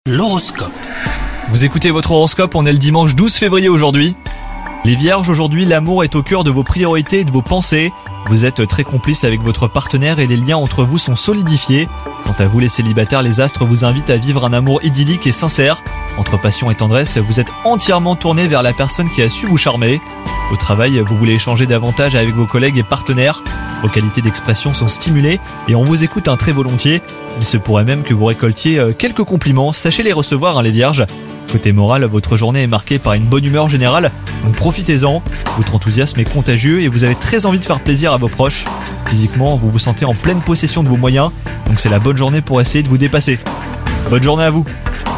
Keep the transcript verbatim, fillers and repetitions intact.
L'horoscope. Vous écoutez votre horoscope, on est le dimanche douze février aujourd'hui. Les vierges, aujourd'hui, l'amour est au cœur de vos priorités et de vos pensées. Vous êtes très complices avec votre partenaire et les liens entre vous sont solidifiés. Quant à vous les célibataires, les astres vous invitent à vivre un amour idyllique et sincère. Entre passion et tendresse, vous êtes entièrement tourné vers la personne qui a su vous charmer. Au travail, vous voulez échanger davantage avec vos collègues et partenaires. Vos qualités d'expression sont stimulées et on vous écoute un très volontiers. Il se pourrait même que vous récoltiez quelques compliments, sachez les recevoir hein, les vierges. Côté moral, votre journée est marquée par une bonne humeur générale, donc profitez-en. Votre enthousiasme est contagieux et vous avez très envie de faire plaisir à vos proches. Physiquement, vous vous sentez en pleine possession de vos moyens, donc c'est la bonne journée pour essayer de vous dépasser. Bonne journée à vous!